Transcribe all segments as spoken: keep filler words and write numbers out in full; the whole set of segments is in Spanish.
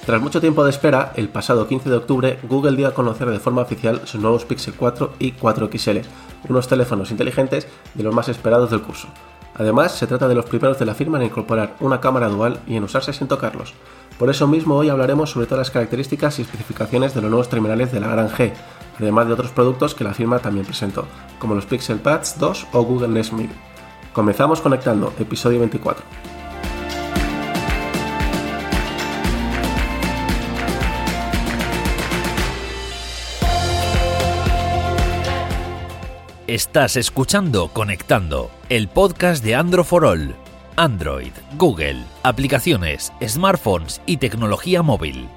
Tras mucho tiempo de espera, el pasado quince de octubre, Google dio a conocer de forma oficial sus nuevos Pixel cuatro y cuatro equis ele, unos teléfonos inteligentes de los más esperados del curso. Además, se trata de los primeros de la firma en incorporar una cámara dual y en usarse sin tocarlos. Por eso mismo hoy hablaremos sobre todas las características y especificaciones de los nuevos terminales de la gran G, además de otros productos que la firma también presentó, como los Pixel Buds dos o Google Nest Mini. Comenzamos conectando, episodio veinticuatro. Estás escuchando Conectando, el podcast de Android for All. Android, Google, aplicaciones, smartphones y tecnología móvil.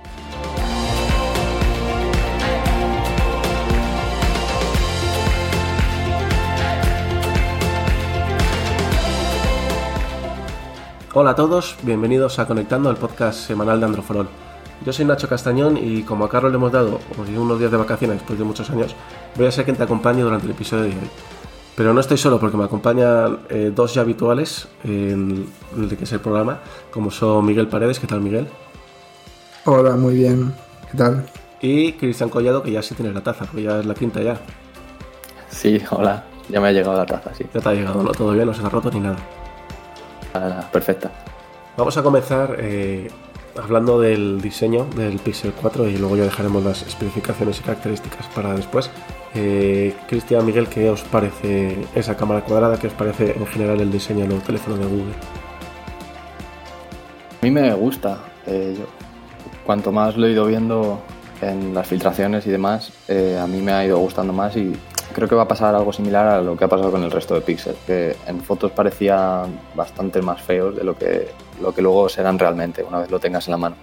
Hola a todos, bienvenidos a Conectando, el podcast semanal de Android for All. Yo soy Nacho Castañón y como a Carlos le hemos dado unos días de vacaciones después de muchos años, voy a ser quien te acompañe durante el episodio de hoy. Pero no estoy solo porque me acompañan eh, dos ya habituales en el que es el programa, como son Miguel Paredes. ¿Qué tal, Miguel? Hola, muy bien. ¿Qué tal? Y Cristian Collado, que ya sí tiene la taza, porque ya es la quinta ya. Sí, hola. Ya me ha llegado la taza, sí. Ya te ha llegado, ¿no? Todo bien, no se ha roto ni nada. Ah, perfecta. Vamos a comenzar eh, hablando del diseño del Pixel cuatro y luego ya dejaremos las especificaciones y características para después. Eh, Cristian, Miguel, ¿qué os parece esa cámara cuadrada? ¿Qué os parece en general el diseño del nuevo teléfono de Google? A mí me gusta. Eh, yo, cuanto más lo he ido viendo en las filtraciones y demás, eh, a mí me ha ido gustando más y creo que va a pasar algo similar a lo que ha pasado con el resto de Pixel, que en fotos parecían bastante más feos de lo que, lo que luego serán realmente una vez lo tengas en la mano.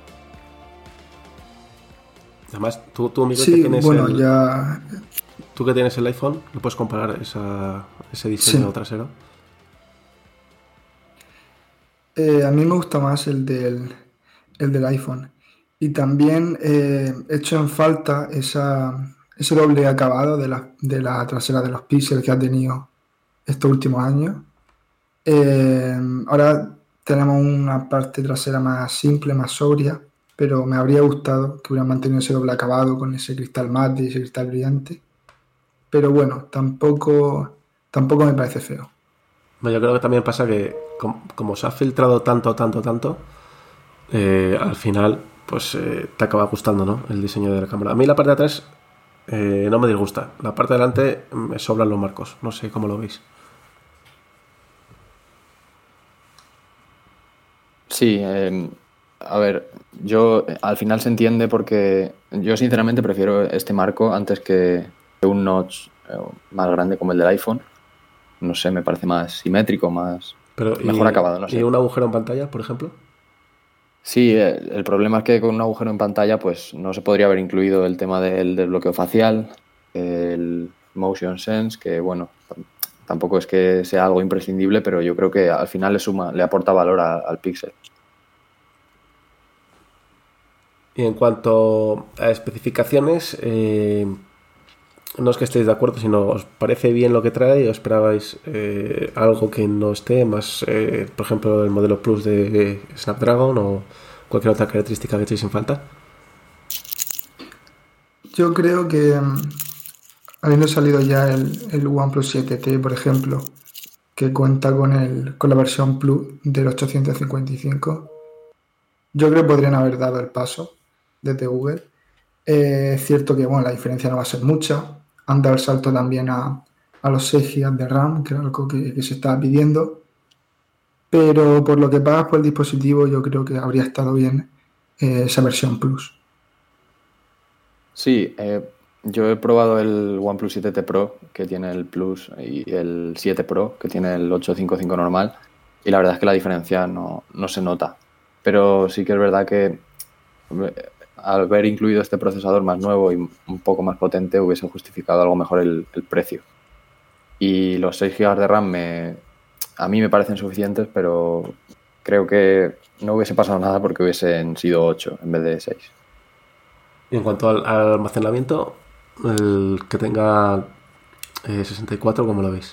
Además, tú, tú Miguel, sí, que tienes bueno, el, ya... tú que tienes el iPhone, ¿no puedes comparar esa, ese diseño sí. trasero? Eh, a mí me gusta más el del, el del iPhone. Y también eh, he hecho en falta esa, ese doble acabado de la, de la trasera de los Pixel que ha tenido estos últimos años. Eh, ahora tenemos una parte trasera más simple, más sobria, pero me habría gustado que hubieran mantenido ese doble acabado con ese cristal mate y ese cristal brillante. Pero bueno, tampoco, tampoco me parece feo. Yo creo que también pasa que como, como se ha filtrado tanto, tanto, tanto, eh, al final pues eh, te acaba gustando, ¿no? El diseño de la cámara. A mí la parte de atrás eh, no me disgusta. La parte de delante me sobran los marcos. No sé cómo lo veis. Sí, eh, a ver, yo eh, al final se entiende porque yo sinceramente prefiero este marco antes que un notch eh, más grande como el del iPhone. No sé, me parece más simétrico, más Pero, mejor y, acabado, no sé. ¿Y un agujero en pantalla, por ejemplo? Sí, el, el problema es que con un agujero en pantalla pues no se podría haber incluido el tema del desbloqueo facial, el motion sense, que bueno, tampoco es que sea algo imprescindible, pero yo creo que al final le suma, le aporta valor a, al Pixel. Y en cuanto a especificaciones, eh, no es que estéis de acuerdo, sino os parece bien lo que trae o esperabais eh, algo que no esté, más, eh, por ejemplo, el modelo Plus de Snapdragon o cualquier otra característica que echéis en falta. Yo creo que um, habiendo salido ya el, el OnePlus siete T, por ejemplo, que cuenta con, el, con la versión Plus del ochocientos cincuenta y cinco, yo creo que podrían haber dado el paso desde Google. Eh, es cierto que bueno, la diferencia no va a ser mucha. Han dado el salto también a, a los seis gigas de RAM, que era algo que, que se estaba pidiendo. Pero por lo que pagas por el dispositivo, yo creo que habría estado bien eh, esa versión Plus. Sí, eh, yo he probado el OnePlus siete T Pro, que tiene el Plus, y el siete Pro, que tiene el ochocientos cincuenta y cinco normal, y la verdad es que la diferencia no, no se nota. Pero sí que es verdad que al haber incluido este procesador más nuevo y un poco más potente hubiese justificado algo mejor el, el precio. Y los seis gigas de RAM me, a mí me parecen suficientes, pero creo que no hubiese pasado nada porque hubiesen sido ocho en vez de seis. Y en cuanto al, al almacenamiento, el que tenga eh, sesenta y cuatro, ¿cómo lo veis?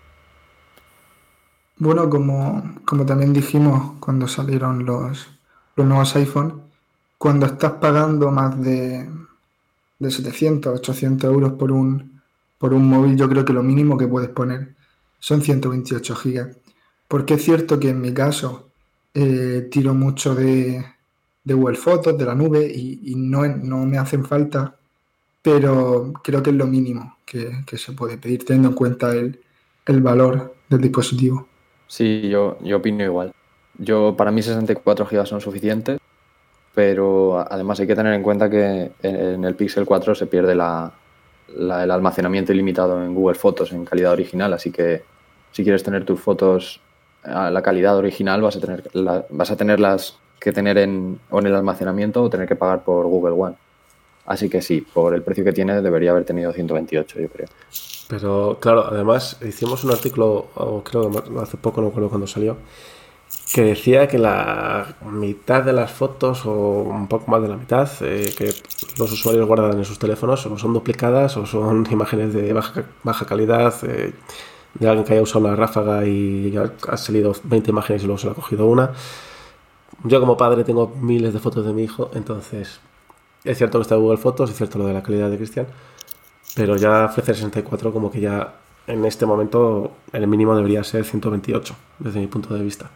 Bueno, como, como también dijimos cuando salieron los, los nuevos iPhone, cuando estás pagando más de, de setecientos, ochocientos euros por un, por un móvil, yo creo que lo mínimo que puedes poner son ciento veintiocho gigas. Porque es cierto que en mi caso eh, tiro mucho de, de Google Fotos, de la nube, y, y no, no me hacen falta, pero creo que es lo mínimo que, que se puede pedir, teniendo en cuenta el, el valor del dispositivo. Sí, yo, yo opino igual. Yo, para mí sesenta y cuatro gigas son suficientes, pero además hay que tener en cuenta que en el Pixel cuatro se pierde la, la, el almacenamiento ilimitado en Google Fotos en calidad original, así que si quieres tener tus fotos a la calidad original vas a tener la, vas a tenerlas que tener en, o en el almacenamiento o tener que pagar por Google One. Así que sí, por el precio que tiene debería haber tenido ciento veintiocho, yo creo. Pero claro, además hicimos un artículo, o creo que hace poco, no recuerdo cuándo salió, que decía que la mitad de las fotos, o un poco más de la mitad, eh, que los usuarios guardan en sus teléfonos, o son duplicadas o son imágenes de baja, baja calidad, eh, de alguien que haya usado una ráfaga y ha salido veinte imágenes y luego se le ha cogido una. Yo como padre tengo miles de fotos de mi hijo, entonces es cierto que está Google Fotos, es cierto lo de la calidad de Cristian, pero ya ofrecer sesenta y cuatro como que ya en este momento el mínimo debería ser ciento veintiocho, desde mi punto de vista.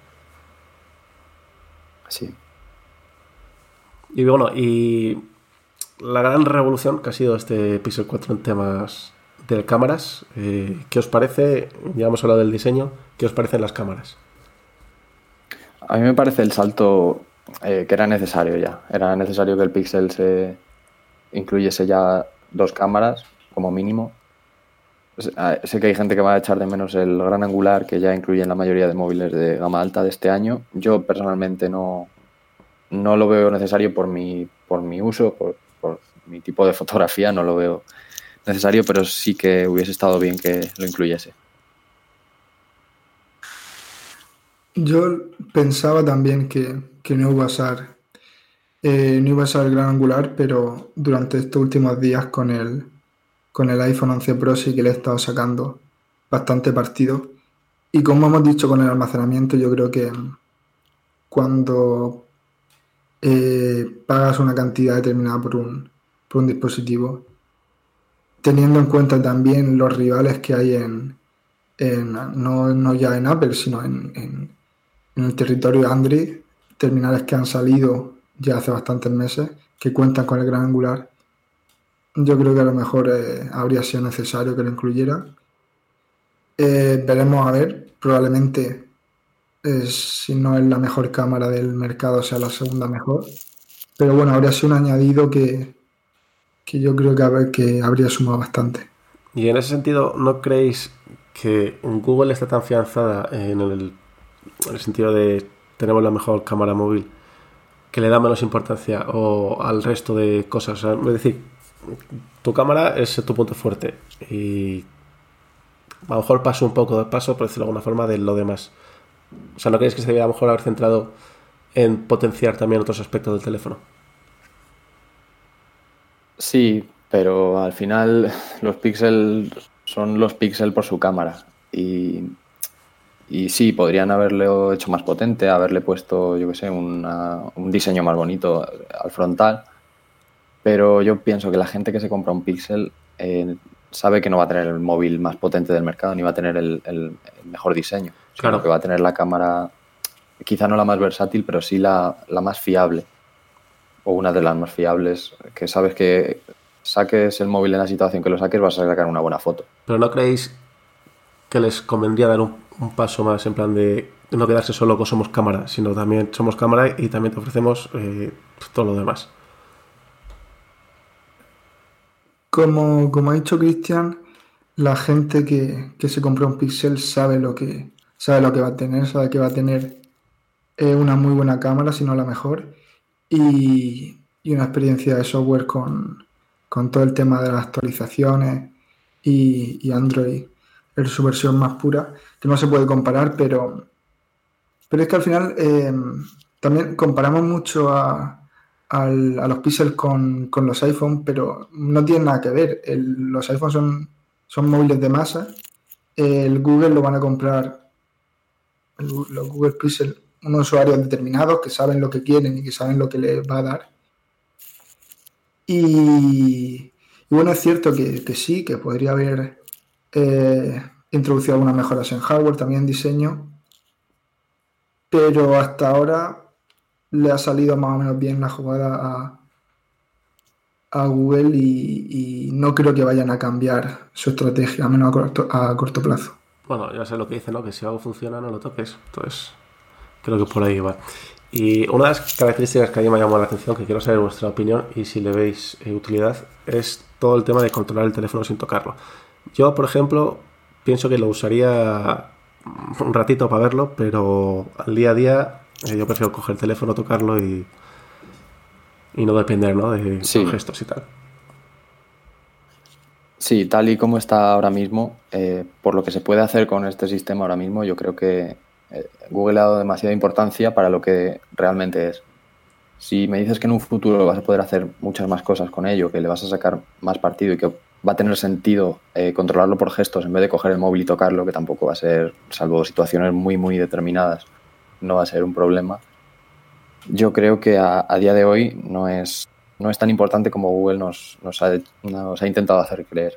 Sí. Y bueno, y la gran revolución que ha sido este Pixel cuatro en temas de cámaras, eh, ¿qué os parece? Ya hemos hablado del diseño, ¿qué os parecen las cámaras? A mí me parece el salto eh, que era necesario ya. Era necesario que el Pixel se incluyese ya dos cámaras como mínimo. Sé que hay gente que va a echar de menos el gran angular que ya incluye en la mayoría de móviles de gama alta de este año. Yo personalmente no, no lo veo necesario por mi, por mi uso, por, por mi tipo de fotografía, no lo veo necesario, pero sí que hubiese estado bien que lo incluyese. Yo pensaba también que, que no iba a usar eh, no iba a usar el gran angular, pero durante estos últimos días con el, con el iPhone once Pro sí que le he estado sacando bastante partido. Y como hemos dicho con el almacenamiento, yo creo que cuando eh, pagas una cantidad determinada por un, por un dispositivo, teniendo en cuenta también los rivales que hay en, en no, no ya en Apple, sino en, en, en el territorio Android, terminales que han salido ya hace bastantes meses, que cuentan con el gran angular, yo creo que a lo mejor eh, habría sido necesario que lo incluyera. Eh, veremos a ver, probablemente eh, si no es la mejor cámara del mercado, sea la segunda mejor, pero bueno, habría sido un añadido que, que yo creo que, a ver, que habría sumado bastante. Y en ese sentido, ¿no creéis que Google está tan afianzada en el, en el sentido de tenemos la mejor cámara móvil que le da menos importancia o al resto de cosas? O sea, es decir, tu cámara es tu punto fuerte y a lo mejor paso un poco de paso, por decirlo de alguna forma, de lo demás. O sea, ¿no creéis que se debería a lo mejor haber centrado en potenciar también otros aspectos del teléfono? Sí, pero al final los Pixel son los Pixel por su cámara y, y sí, podrían haberle hecho más potente, haberle puesto, yo qué sé, una, un diseño más bonito al frontal, pero yo pienso que la gente que se compra un Pixel eh, sabe que no va a tener el móvil más potente del mercado ni va a tener el, el, el mejor diseño, Claro. sino que va a tener la cámara, quizá no la más versátil, pero sí la, la más fiable, o una de las más fiables, que sabes que saques el móvil en la situación que lo saques vas a sacar una buena foto. Pero ¿no creéis que les convendría dar un, un paso más en plan de no quedarse solo con somos cámara, sino también somos cámara y también te ofrecemos eh, todo lo demás? Como, como ha dicho Cristian, la gente que, que se compra un Pixel sabe lo que, sabe lo que va a tener, sabe que va a tener eh, una muy buena cámara, si no la mejor, y, y una experiencia de software con, con todo el tema de las actualizaciones y, y Android en su versión más pura, que no se puede comparar, pero, pero es que al final eh, también comparamos mucho a, al, a los Pixel con, con los iPhone, pero no tienen nada que ver. El, los iPhone son, son móviles de masa, el Google lo van a comprar, el, los Google Pixel unos usuarios determinados que saben lo que quieren y que saben lo que les va a dar. Y, y bueno, es cierto que, que sí, que podría haber eh, introducido algunas mejoras en hardware, también en diseño, pero hasta ahora le ha salido más o menos bien la jugada a, a Google y, y no creo que vayan a cambiar su estrategia, a menos a corto, a corto plazo. Bueno, ya sé lo que dice, ¿no? Que si algo funciona no lo toques. Entonces, creo que por ahí va. Y una de las características que a mí me ha llamado la atención, que quiero saber vuestra opinión y si le veis eh, utilidad, es todo el tema de controlar el teléfono sin tocarlo. Yo, por ejemplo, pienso que lo usaría un ratito para verlo, pero al día a día eh, yo prefiero coger el teléfono, tocarlo y, y no depender, ¿no? de Sí. gestos y tal. Sí, tal y como está ahora mismo, eh, por lo que se puede hacer con este sistema ahora mismo, yo creo que eh, Google ha dado demasiada importancia para lo que realmente es. Si me dices que en un futuro vas a poder hacer muchas más cosas con ello, que le vas a sacar más partido y que va a tener sentido eh, controlarlo por gestos en vez de coger el móvil y tocarlo, que tampoco va a ser, salvo situaciones muy, muy determinadas, no va a ser un problema. Yo creo que a, a día de hoy no es... no es tan importante como Google nos, nos, ha, nos ha intentado hacer creer.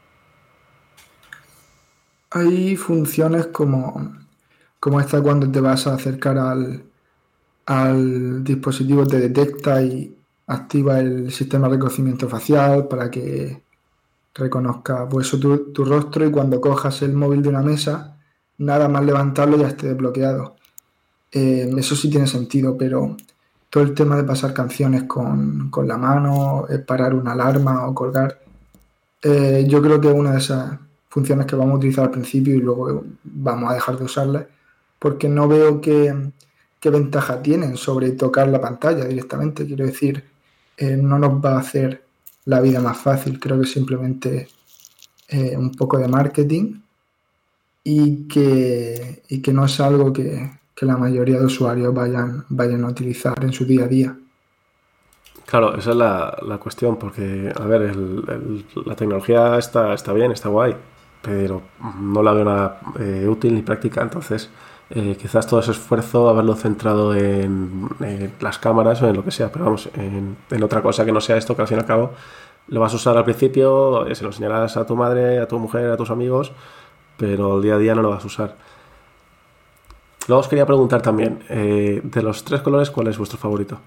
Hay funciones como, como esta cuando te vas a acercar al, al dispositivo, te detecta y activa el sistema de reconocimiento facial para que reconozca pues, tu, tu rostro y cuando cojas el móvil de una mesa, nada más levantarlo ya esté desbloqueado. Eh, eso sí tiene sentido, pero todo el tema de pasar canciones con, con la mano, eh, parar una alarma o colgar, eh, yo creo que es una de esas funciones que vamos a utilizar al principio y luego vamos a dejar de usarlas porque no veo qué, qué ventaja tienen sobre tocar la pantalla directamente. Quiero decir, eh, no nos va a hacer la vida más fácil, creo que simplemente eh, un poco de marketing y que, y que no es algo que... que la mayoría de usuarios vayan, vayan a utilizar en su día a día. Claro, esa es la, la cuestión, porque, a ver, el, el, la tecnología está, está bien, está guay, pero no la veo nada eh, útil ni práctica, entonces eh, quizás todo ese esfuerzo haberlo centrado en, en las cámaras o en lo que sea, pero vamos, en, en otra cosa que no sea esto, que al fin y al cabo lo vas a usar al principio, se lo enseñarás a tu madre, a tu mujer, a tus amigos, pero el día a día no lo vas a usar. Luego os quería preguntar también, eh, de los tres colores, ¿cuál es vuestro favorito?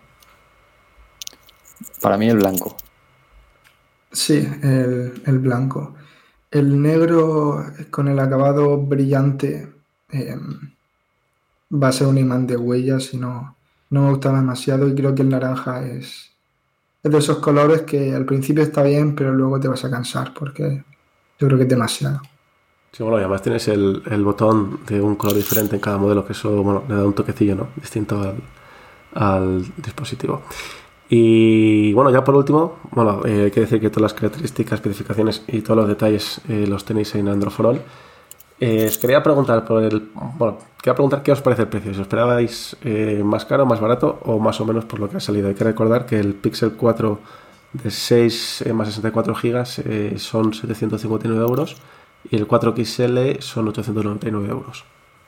Para mí el blanco. Sí, el, el blanco. El negro con el acabado brillante eh, va a ser un imán de huellas y no, no me gusta demasiado y creo que el naranja es, es de esos colores que al principio está bien, pero luego te vas a cansar porque yo creo que es demasiado. Sí, bueno, y además tienes el, el botón de un color diferente en cada modelo, que eso, bueno, le da un toquecillo, ¿no? Distinto al, al dispositivo. Y bueno, ya por último, bueno, eh, hay que decir que todas las características, especificaciones y todos los detalles eh, los tenéis en Android for All. Eh, os quería preguntar por el, bueno, quería preguntar qué os parece el precio. ¿Si os esperabais eh, más caro, más barato o más o menos por lo que ha salido? Hay que recordar que el Pixel cuatro de seis más sesenta y cuatro gigas eh, son setecientos cincuenta y nueve euros. Y el cuatro X L son ochocientos noventa y nueve euros.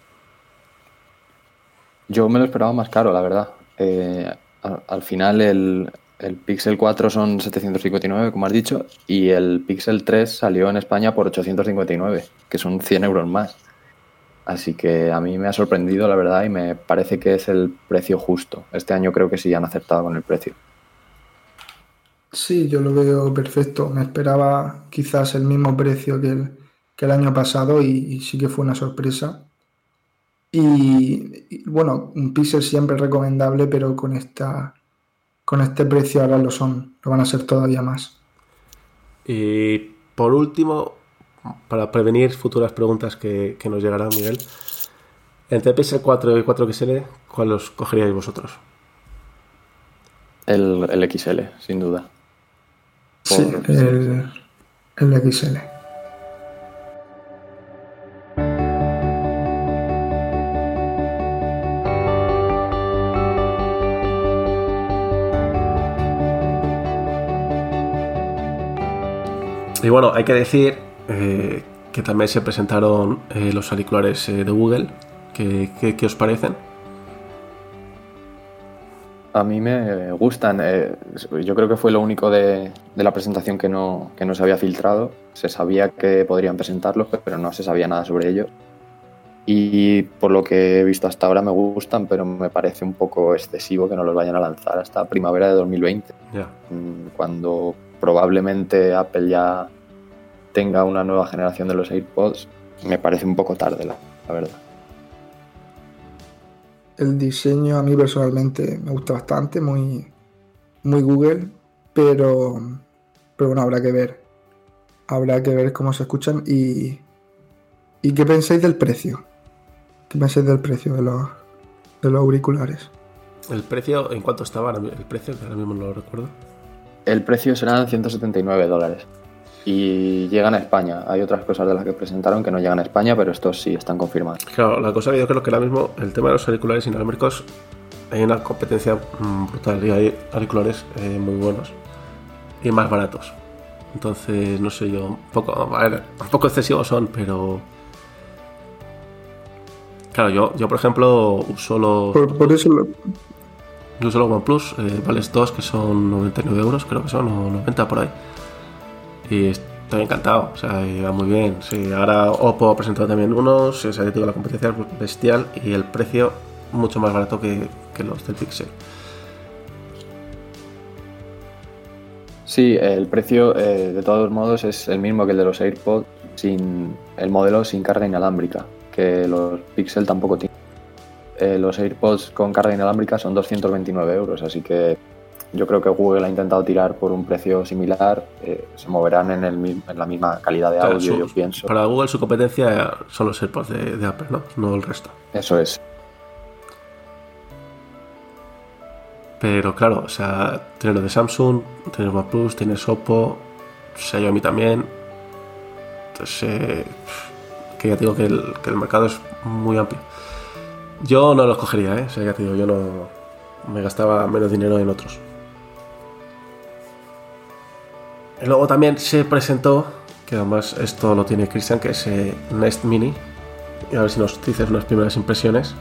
Yo me lo esperaba más caro, la verdad. Eh, al, al final el, el Pixel cuatro son setecientos cincuenta y nueve, como has dicho, y el Pixel tres salió en España por ochocientos cincuenta y nueve, que son cien euros más. Así que a mí me ha sorprendido, la verdad, y me parece que es el precio justo. Este año creo que sí han acertado con el precio. Sí, yo lo veo perfecto. Me esperaba quizás el mismo precio que el que el año pasado y, y sí que fue una sorpresa. Y, y bueno, un Pixel siempre es recomendable, pero con esta con este precio ahora lo son, lo van a ser todavía más. Y por último, para prevenir futuras preguntas que, que nos llegarán, Miguel, entre Pixel cuatro y cuatro X L, ¿cuál os cogeríais vosotros? El, el X L, sin duda. Por... Sí, el, el X L. Y bueno, hay que decir eh, que también se presentaron eh, los auriculares eh, de Google. ¿Qué, qué, ¿Qué os parecen? A mí me gustan. Eh, yo creo que fue lo único de, de la presentación que no, que no se había filtrado. Se sabía que podrían presentarlos, pero no se sabía nada sobre ellos. Y por lo que he visto hasta ahora me gustan, pero me parece un poco excesivo que no los vayan a lanzar hasta primavera de dos mil veinte. Yeah. Cuando probablemente Apple ya tenga una nueva generación de los AirPods, me parece un poco tarde, la, la verdad. El diseño a mí personalmente me gusta bastante, muy, muy Google, pero, pero bueno, habrá que ver. Habrá que ver cómo se escuchan y, y qué pensáis del precio. ¿Qué pensáis del precio de los, de los auriculares? ¿El precio en cuánto estaba? El precio, que ahora mismo no lo recuerdo. El precio serán ciento setenta y nueve dólares y llegan a España. Hay otras cosas de las que presentaron que no llegan a España, pero estos sí están confirmados. Claro, la cosa que yo creo que ahora mismo el tema de los auriculares inalámbricos hay una competencia mmm, brutal y hay auriculares eh, muy buenos y más baratos. Entonces, no sé yo, un poco, a ver, un poco excesivos son, pero claro, yo, yo por ejemplo uso los Por, por eso lo... yo uso los OnePlus, eh, Vales dos, que son noventa y nueve euros, creo que son, o noventa por ahí. Y estoy encantado, o sea, va muy bien. Sí, ahora Oppo ha presentado también unos, o sea, digo, la competencia es bestial y el precio mucho más barato que, que los del Pixel. Sí, el precio eh, de todos modos es el mismo que el de los AirPods, sin el modelo sin carga inalámbrica, que los Pixel tampoco tienen. Eh, los AirPods con carga inalámbrica son doscientos veintinueve euros, así que yo creo que Google ha intentado tirar por un precio similar, eh, se moverán en, el, en la misma calidad de audio, claro, su, yo pienso. Para Google su competencia son los AirPods de, de Apple, ¿no? No el resto. Eso es. Pero claro, o sea, tienes lo de Samsung, tienes OnePlus, tienes Oppo, Xiaomi también. Entonces, eh, que ya te digo que el, que el mercado es muy amplio. Yo no los cogería, ¿eh? O sea, ya te digo, yo no me gastaba menos dinero en otros. Y luego también se presentó, que además esto lo tiene Cristian, que es eh, Nest Mini. Y a ver si nos dices unas primeras impresiones.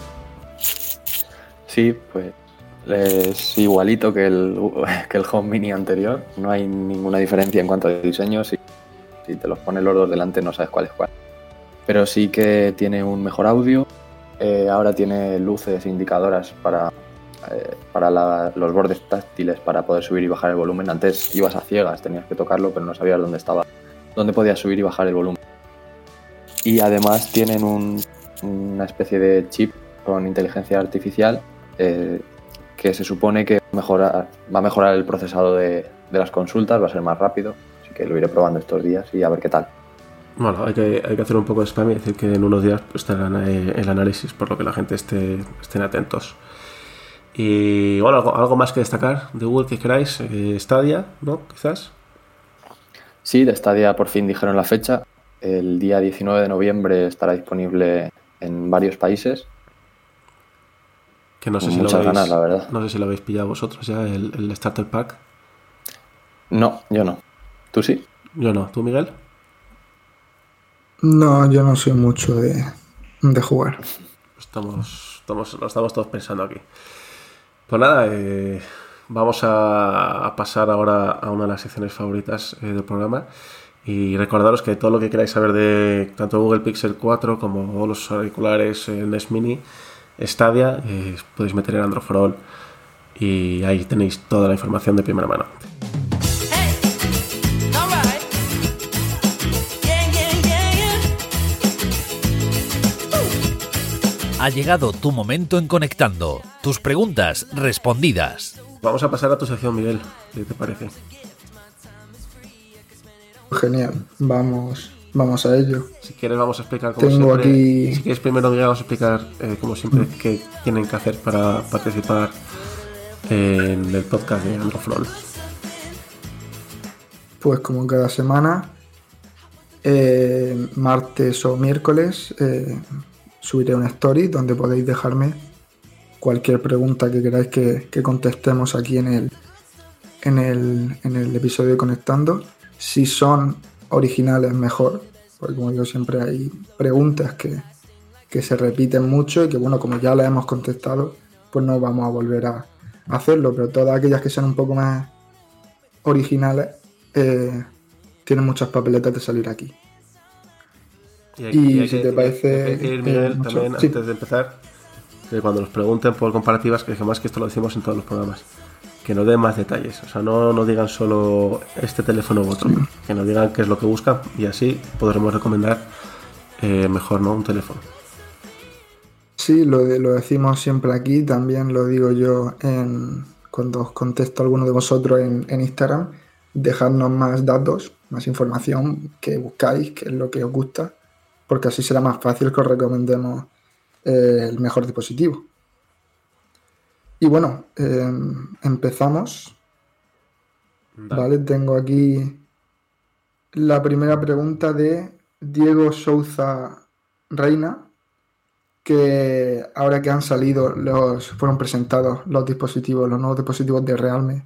Sí, pues es igualito que el, que el Home Mini anterior. No hay ninguna diferencia en cuanto a diseño. Si, si te los pones los dos delante no sabes cuál es cuál. Pero sí que tiene un mejor audio. Eh, ahora tiene luces indicadoras para... para la, los bordes táctiles para poder subir y bajar el volumen. Antes ibas a ciegas, tenías que tocarlo, pero no sabías dónde estaba, dónde podías subir y bajar el volumen. Y además tienen un, una especie de chip con inteligencia artificial eh, que se supone que mejora, va a mejorar el procesado de, de las consultas, va a ser más rápido, así que lo iré probando estos días y a ver qué tal. Bueno, hay que, hay que hacer un poco de spam y decir que en unos días estarán eh, el análisis, por lo que la gente esté, estén atentos. Y bueno, algo, algo más que destacar de Google que queráis, eh, Stadia, ¿no? Quizás. Sí, de Stadia por fin dijeron la fecha. El día diecinueve de noviembre estará disponible en varios países. Que no sé Con si muchas lo habéis, ganas, la verdad. No sé si lo habéis pillado vosotros ya, el, el Starter Pack. No, yo no. ¿Tú sí? Yo no. ¿Tú, Miguel? No, yo no soy mucho de, de jugar. Estamos, estamos, lo estamos todos pensando aquí. Pues nada, eh, vamos a, a pasar ahora a una de las secciones favoritas eh, del programa y recordaros que todo lo que queráis saber de tanto Google Pixel cuatro como los auriculares eh, Nest Mini, Stadia, eh, podéis meter en Android for All y ahí tenéis toda la información de primera mano. Ha llegado tu momento en Conectando. Tus preguntas respondidas. Vamos a pasar a tu sección, Miguel. ¿Qué te parece? Genial. Vamos, vamos a ello. Si quieres vamos a explicar como Tengo siempre. aquí... Si quieres primero, Miguel, vamos a explicar eh, como siempre mm. qué tienen que hacer para participar en el podcast de Android for All. Pues como cada semana, eh, martes o miércoles... Eh, subiré una story donde podéis dejarme cualquier pregunta que queráis que, que contestemos aquí en el, en, el, en el episodio de Conectando. Si son originales, mejor, porque como digo, siempre hay preguntas que, que se repiten mucho y que, bueno, como ya las hemos contestado, pues no vamos a volver a, hacerlo, pero todas aquellas que sean un poco más originales eh, tienen muchas papeletas de salir aquí. Y, y, y y si que, te parece... hay que ir, Miguel, eh, mucho, también sí. antes de empezar, que cuando nos pregunten por comparativas, que dijimos que esto lo decimos en todos los programas, que nos den más detalles, o sea, no nos digan solo este teléfono u otro, que nos digan qué es lo que buscan y así podremos recomendar eh, mejor, ¿no?, un teléfono. Sí, lo, de, lo decimos siempre aquí, también lo digo yo en, cuando os contesto a alguno de vosotros en, en Instagram, dejadnos más datos, más información que buscáis, que es lo que os gusta, porque así será más fácil que os recomendemos eh, el mejor dispositivo. Y bueno, eh, empezamos. Vale. vale, tengo aquí la primera pregunta de Diego Souza Reina, que ahora que han salido los, fueron presentados los dispositivos, los nuevos dispositivos de Realme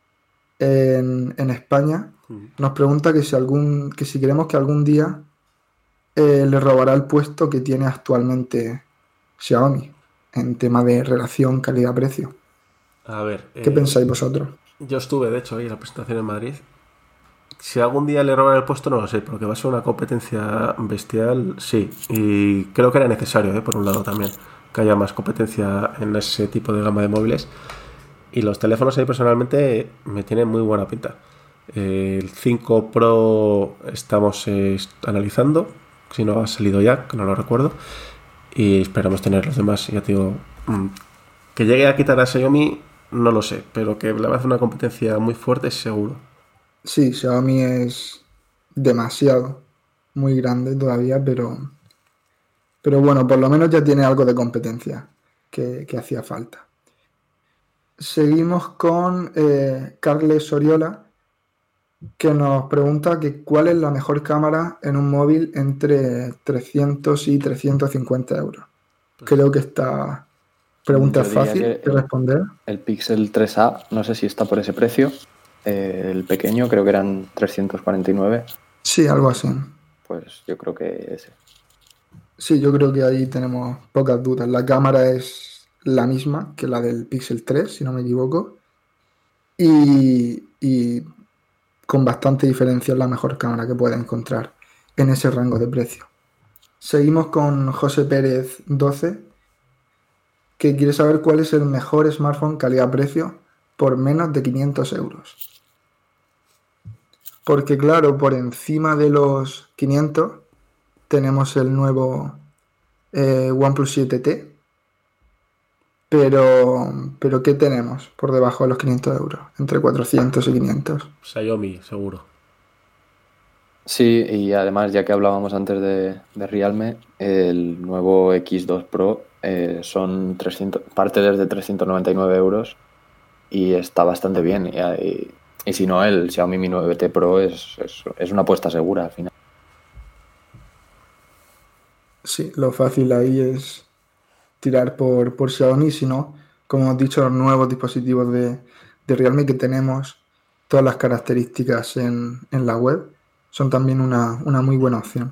en, en España, nos pregunta que si algún, que si queremos que algún día eh, le robará el puesto que tiene actualmente Xiaomi en tema de relación calidad-precio. A ver, ¿qué eh, pensáis vosotros? Yo estuve, de hecho, ahí en la presentación en Madrid. Si algún día le roban el puesto, no lo sé, porque va a ser una competencia bestial, sí. Y creo que era necesario, ¿eh? Por un lado también, que haya más competencia en ese tipo de gama de móviles. Y los teléfonos ahí personalmente me tienen muy buena pinta. Eh, el cinco Pro estamos eh, analizando, si no ha salido ya, que no lo recuerdo. Y esperamos tener los demás, ya te digo, mmm, que llegue a quitar a Xiaomi, no lo sé, pero que le va a hacer una competencia muy fuerte, seguro. Sí, Xiaomi es demasiado, muy grande todavía, pero, pero bueno, por lo menos ya tiene algo de competencia que, que hacía falta. Seguimos con eh, Carles Oriola, que nos pregunta que cuál es la mejor cámara en un móvil entre trescientos y trescientos cincuenta euros. Pues creo que esta pregunta es fácil de responder. El Pixel tres A, no sé si está por ese precio. Eh, el pequeño creo que eran trescientos cuarenta y nueve. Sí, algo así. Pues yo creo que ese. Sí, yo creo que ahí tenemos pocas dudas. La cámara es la misma que la del Pixel tres, si no me equivoco. Y, y con bastante diferencia es la mejor cámara que puedes encontrar en ese rango de precio. Seguimos con José Pérez doce, que quiere saber cuál es el mejor smartphone calidad-precio por menos de quinientos euros. Porque claro, por encima de los quinientos tenemos el nuevo eh, OnePlus siete T, pero, pero ¿qué tenemos por debajo de los quinientos euros? Entre cuatrocientos y quinientos. Xiaomi, seguro. Sí, y además, ya que hablábamos antes de, de Realme, el nuevo X dos Pro eh, son trescientos, parte desde trescientos noventa y nueve euros y está bastante bien. Y, y, y si no, el Xiaomi Mi nueve T Pro es, es, es una apuesta segura al final. Sí, lo fácil ahí es tirar por, por Xiaomi, si no, como hemos dicho, los nuevos dispositivos de, de Realme que tenemos todas las características en, en la web son también una, una muy buena opción.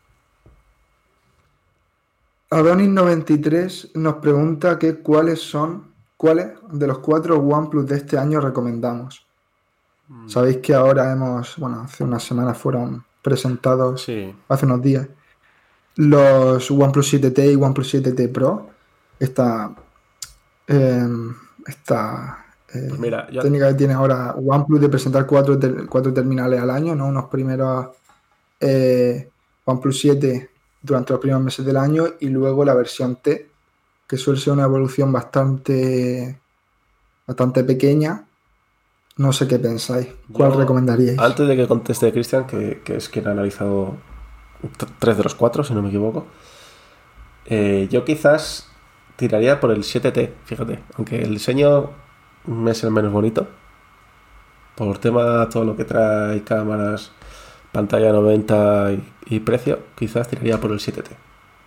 Adonis noventa y tres nos pregunta que cuáles son, cuáles de los cuatro OnePlus de este año recomendamos. Mm. Sabéis que ahora hemos, bueno, hace unas semanas fueron presentados, sí. hace unos días, los OnePlus siete T y OnePlus siete T Pro. Esta, eh, esta eh, pues mira, yo... técnica que tiene ahora OnePlus de presentar cuatro, ter cuatro terminales al año, ¿no? Unos primeros eh, OnePlus siete durante los primeros meses del año y luego la versión T, que suele ser una evolución bastante, bastante pequeña. No sé qué pensáis. ¿Cuál yo, recomendaríais? Antes de que conteste Cristian, que, que es quien ha analizado tres de los cuatro, si no me equivoco, eh, yo quizás tiraría por el siete T, fíjate, aunque el diseño es el menos bonito, por tema todo lo que trae, cámaras, pantalla noventa y, y precio, quizás tiraría por el siete T.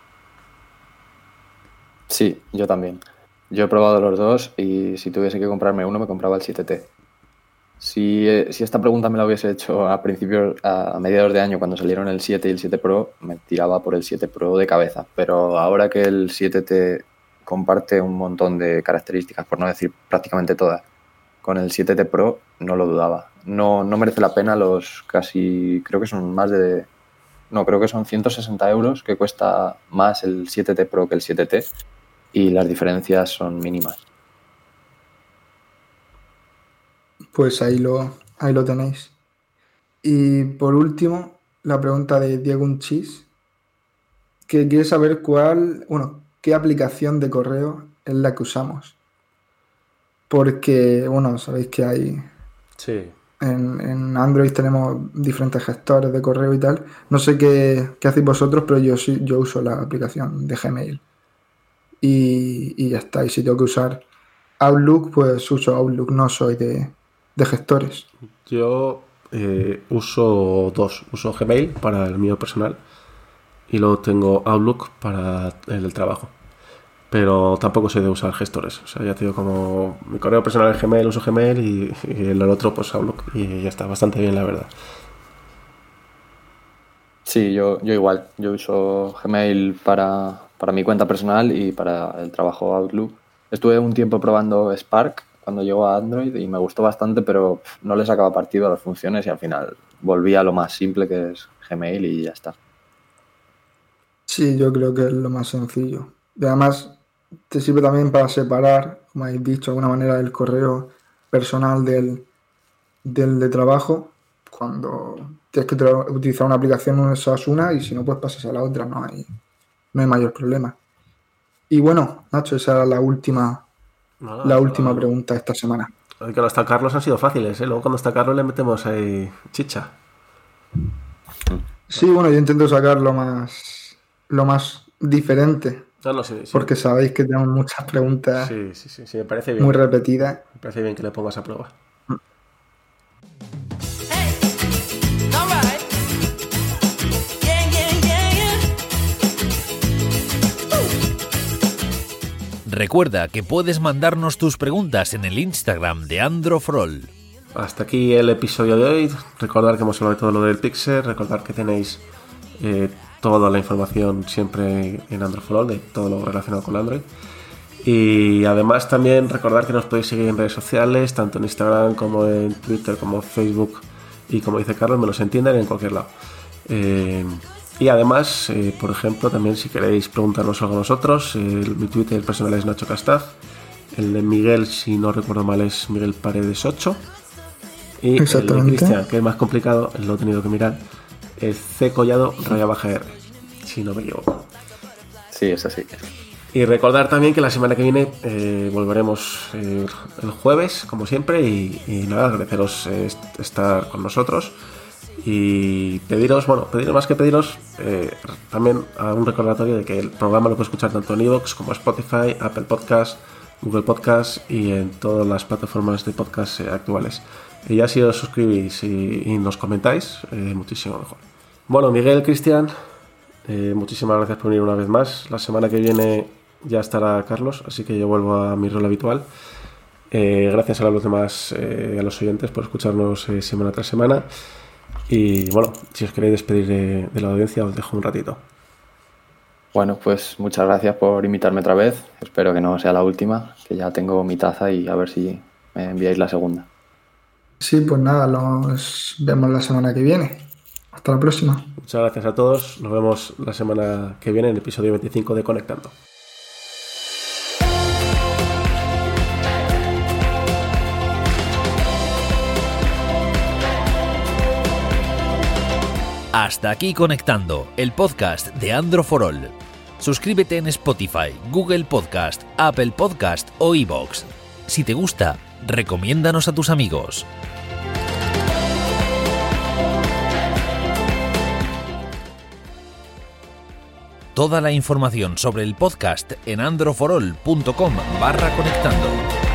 Sí, yo también. Yo he probado los dos y si tuviese que comprarme uno me compraba el siete T. Si, si esta pregunta me la hubiese hecho a principios, a mediados de año, cuando salieron el siete y el siete Pro, me tiraba por el siete Pro de cabeza. Pero ahora que el siete T comparte un montón de características, por no decir prácticamente todas. Con el siete T Pro no lo dudaba. No, no merece la pena los casi, creo que son más de, no, creo que son ciento sesenta euros que cuesta más el siete T Pro que el siete T y las diferencias son mínimas. Pues ahí lo, ahí lo tenéis. Y por último, la pregunta de Diego Unchis, que quiere saber cuál, bueno, qué aplicación de correo es la que usamos. Porque, bueno, sabéis que hay... Sí. En, en Android tenemos diferentes gestores de correo y tal. No sé qué, qué hacéis vosotros, pero yo sí, yo uso la aplicación de Gmail. Y, y ya está. Y si tengo que usar Outlook, pues uso Outlook. No soy de, de gestores. Yo eh, uso dos. Uso Gmail para el mío personal y luego tengo Outlook para el del trabajo. Pero tampoco soy de usar gestores. O sea, ya te digo, como mi correo personal es Gmail, uso Gmail y, y el otro pues Outlook y ya está, bastante bien, la verdad. Sí, yo, yo igual. Yo uso Gmail para, para mi cuenta personal y para el trabajo Outlook. Estuve un tiempo probando Spark cuando llegó a Android y me gustó bastante, pero no le sacaba partido a las funciones y al final volví a lo más simple que es Gmail y ya está. Sí, yo creo que es lo más sencillo. Y además te sirve también para separar, como habéis dicho, de alguna manera el correo personal del, del de trabajo. Cuando tienes que tra- utilizar una aplicación, usas una y si no, pues pasas a la otra. No hay, no hay mayor problema. Y bueno, Nacho, esa era la última, Nada, la última nada. pregunta esta semana. Hoy que no está Carlos han sido fáciles, ¿eh? Luego cuando está Carlos le metemos ahí chicha. Sí, bueno, yo intento sacar lo más, lo más diferente, No, no, sí, sí. porque sabéis que tenemos muchas preguntas Sí, sí, sí, sí, me parece bien. muy repetidas. Me parece bien que le pongas a prueba. Recuerda que puedes mandarnos tus preguntas en el Instagram de Androforol. Hasta aquí el episodio de hoy. Recordar que hemos hablado de todo lo del Pixel. Recordar que tenéis eh, toda la información siempre en Androforol, de todo lo relacionado con Android. Y además también recordar que nos podéis seguir en redes sociales, tanto en Instagram como en Twitter, como Facebook. Y como dice Carlos, me los entienden en cualquier lado. Eh, y además, eh, por ejemplo, también si queréis preguntarnos algo a nosotros, eh, mi Twitter personal es Nacho Castaz. El de Miguel, si no recuerdo mal, es Miguel Paredes ocho. Y el de Cristian, que es más complicado, lo he tenido que mirar, es C Collado raya baja R, si no me equivoco. Sí, es así. Y recordar también que la semana que viene eh, volveremos eh, el jueves, como siempre, y, y nada, agradeceros eh, estar con nosotros y pediros, bueno, pediros más que pediros, eh, también a un recordatorio de que el programa lo puedes escuchar tanto en iVoox como Spotify, Apple Podcast, Google Podcast y en todas las plataformas de podcast eh, actuales. Y ya si os suscribís y, y nos comentáis, eh, muchísimo mejor. Bueno, Miguel, Cristian, eh, muchísimas gracias por venir una vez más. La semana que viene ya estará Carlos, así que yo vuelvo a mi rol habitual. Eh, gracias a los demás, eh, a los oyentes por escucharnos eh, semana tras semana. Y bueno, si os queréis despedir de, de la audiencia, os dejo un ratito. Bueno, pues muchas gracias por invitarme otra vez. Espero que no sea la última, que ya tengo mi taza y a ver si me enviáis la segunda. Sí, pues nada, nos vemos la semana que viene. Hasta la próxima. Muchas gracias a todos. Nos vemos la semana que viene en el episodio veinticinco de Conectando. Hasta aquí Conectando, el podcast de Androforol. Suscríbete en Spotify, Google Podcast, Apple Podcast o iVoox. Si te gusta, recomiéndanos a tus amigos. Toda la información sobre el podcast en androforol punto com barra conectando.